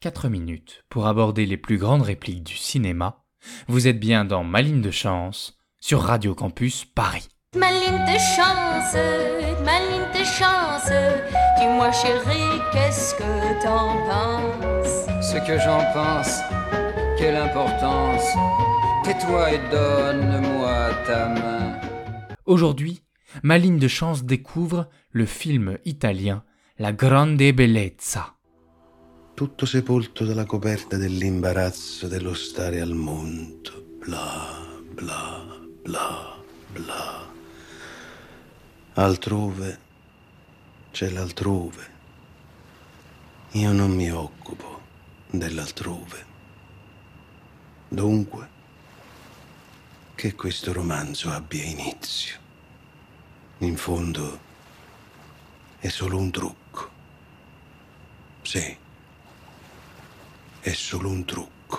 4 minutes pour aborder les plus grandes répliques du cinéma. Vous êtes bien dans Ma ligne de chance sur Radio Campus Paris. Ma ligne de chance, ma ligne de chance. Dis-moi chérie, qu'est-ce que t'en penses? Ce que j'en pense, quelle importance. Tais-toi et donne-moi ta main. Aujourd'hui, Ma ligne de chance découvre le film italien La Grande Bellezza. Tutto sepolto dalla coperta dell'imbarazzo dello stare al mondo. Bla, bla, bla, bla. Altrove c'è l'altrove. Io non mi occupo dell'altrove. Dunque, che questo romanzo abbia inizio. In fondo, è solo un trucco. Sì, è solo un trucco.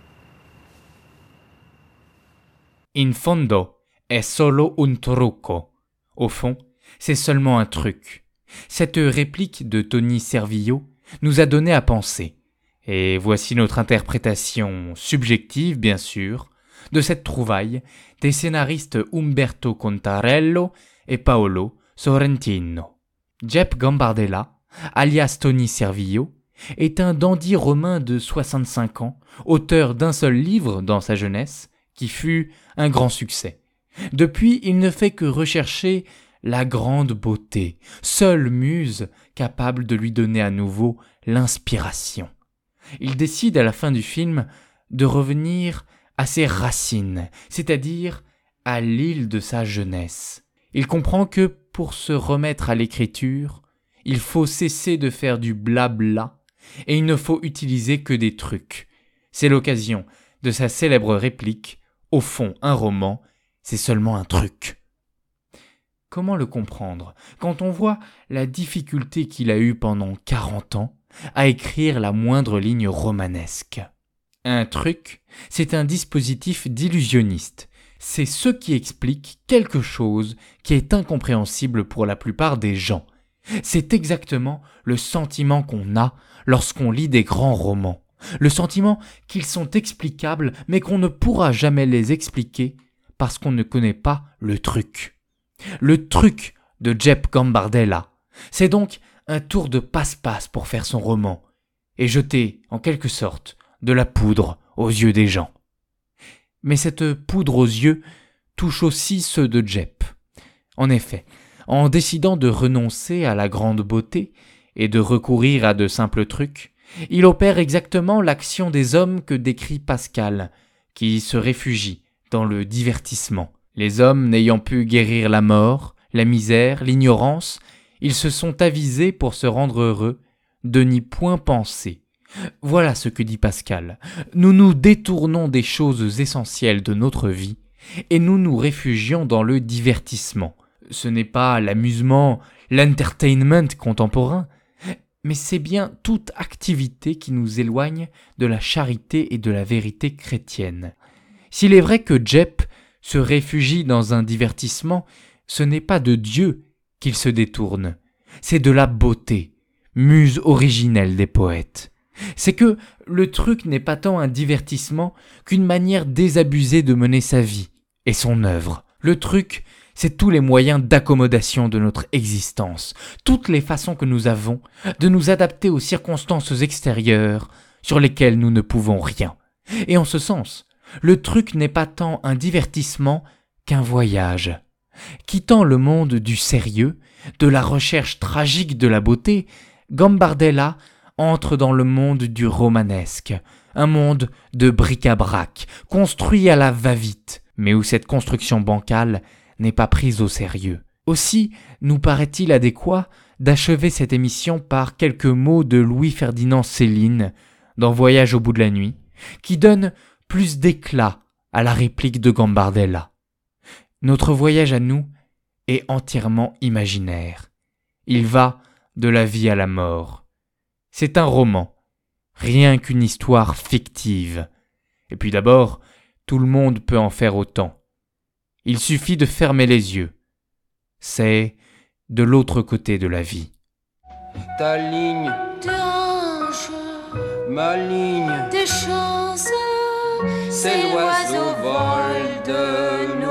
In fondo, è solo un trucco. Au fond, c'est seulement un truc. Cette réplique de Tony Servillo nous a donné à penser. Et voici notre interprétation subjective, bien sûr, de cette trouvaille des scénaristes Umberto Contarello et Paolo Sorrentino. Jep Gambardella, alias Tony Servillo, est un dandy romain de 65 ans, auteur d'un seul livre dans sa jeunesse, qui fut un grand succès. Depuis, il ne fait que rechercher la grande beauté, seule muse capable de lui donner à nouveau l'inspiration. Il décide à la fin du film de revenir à ses racines, c'est-à-dire à l'île de sa jeunesse. Il comprend que pour se remettre à l'écriture, il faut cesser de faire du blabla et il ne faut utiliser que des trucs. C'est l'occasion de sa célèbre réplique « Au fond, un roman, c'est seulement un truc ». Comment le comprendre quand on voit la difficulté qu'il a eue pendant 40 ans à écrire la moindre ligne romanesque? Un truc, c'est un dispositif d'illusionniste. C'est ce qui explique quelque chose qui est incompréhensible pour la plupart des gens. C'est exactement le sentiment qu'on a lorsqu'on lit des grands romans. Le sentiment qu'ils sont explicables mais qu'on ne pourra jamais les expliquer parce qu'on ne connaît pas le truc. Le truc de Jep Gambardella, c'est donc un tour de passe-passe pour faire son roman et jeter, en quelque sorte, de la poudre aux yeux des gens. Mais cette poudre aux yeux touche aussi ceux de Jep. En effet, en décidant de renoncer à la grande beauté et de recourir à de simples trucs, il opère exactement l'action des hommes que décrit Pascal, qui se réfugient dans le divertissement. Les hommes n'ayant pu guérir la mort, la misère, l'ignorance, ils se sont avisés pour se rendre heureux, de n'y point penser. Voilà ce que dit Pascal. Nous nous détournons des choses essentielles de notre vie et nous nous réfugions dans le divertissement. Ce n'est pas l'amusement, l'entertainment contemporain, mais c'est bien toute activité qui nous éloigne de la charité et de la vérité chrétienne. S'il est vrai que Jep se réfugie dans un divertissement, ce n'est pas de Dieu qu'il se détourne, c'est de la beauté, muse originelle des poètes. C'est que le truc n'est pas tant un divertissement qu'une manière désabusée de mener sa vie et son œuvre. Le truc, c'est tous les moyens d'accommodation de notre existence, toutes les façons que nous avons de nous adapter aux circonstances extérieures sur lesquelles nous ne pouvons rien. Et en ce sens, le truc n'est pas tant un divertissement qu'un voyage. Quittant le monde du sérieux, de la recherche tragique de la beauté, Gambardella entre dans le monde du romanesque, un monde de bric-à-brac, construit à la va-vite, mais où cette construction bancale n'est pas prise au sérieux. Aussi, nous paraît-il adéquat d'achever cette émission par quelques mots de Louis-Ferdinand Céline, dans Voyage au bout de la nuit, qui donne plus d'éclat à la réplique de Gambardella. Notre voyage à nous est entièrement imaginaire. Il va de la vie à la mort. C'est un roman, rien qu'une histoire fictive. Et puis d'abord, tout le monde peut en faire autant. Il suffit de fermer les yeux. C'est de l'autre côté de la vie. Ta ligne Te hanche, maligne. de chance, C'est l'oiseau vol de